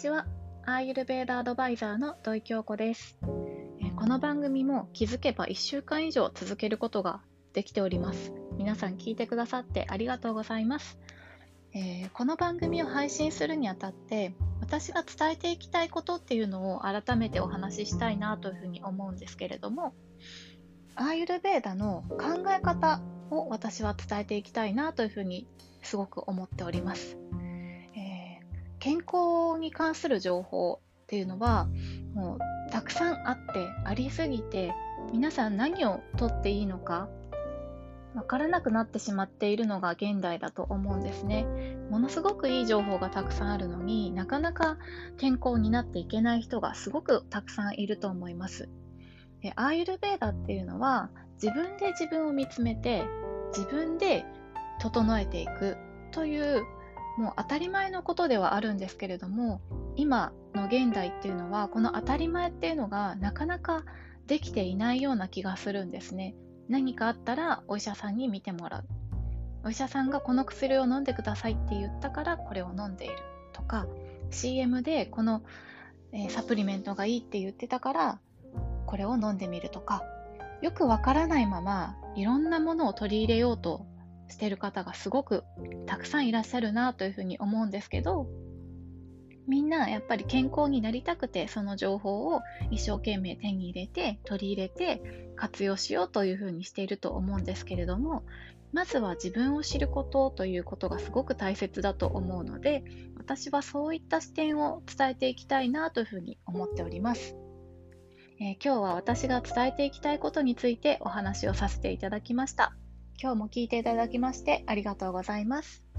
ちは。アーユルヴェーダアドバイザーの土井京子です。この番組も気づけば1週間以上続けることができております。皆さん聞いてくださってありがとうございます。この番組を配信するにあたって私が伝えていきたいことっていうのを改めてお話ししたいなというふうに思うんですけれども、アーユルヴェーダの考え方を私は伝えていきたいなというふうにすごく思っております。健康に関する情報っていうのはもうたくさんあってありすぎて、皆さん何をとっていいのかわからなくなってしまっているのが現代だと思うんですね。ものすごくいい情報がたくさんあるのになかなか健康になっていけない人がすごくたくさんいると思います。アーユルヴェーダっていうのは自分で自分を見つめて自分で整えていくというもう当たり前のことではあるんですけれども、今の現代っていうのはこの当たり前っていうのがなかなかできていないような気がするんですね。何かあったらお医者さんに見てもらう、お医者さんがこの薬を飲んでくださいって言ったからこれを飲んでいるとか、 CM でこの、サプリメントがいいって言ってたからこれを飲んでみるとか、よくわからないままいろんなものを取り入れようとしている方がすごくたくさんいらっしゃるなというふうに思うんですけど、みんなやっぱり健康になりたくてその情報を一生懸命手に入れて取り入れて活用しようというふうにしていると思うんですけれども、まずは自分を知ることということがすごく大切だと思うので、私はそういった視点を伝えていきたいなというふうに思っております。今日は私が伝えていきたいことについてお話をさせていただきました。今日も聞いていただきましてありがとうございます。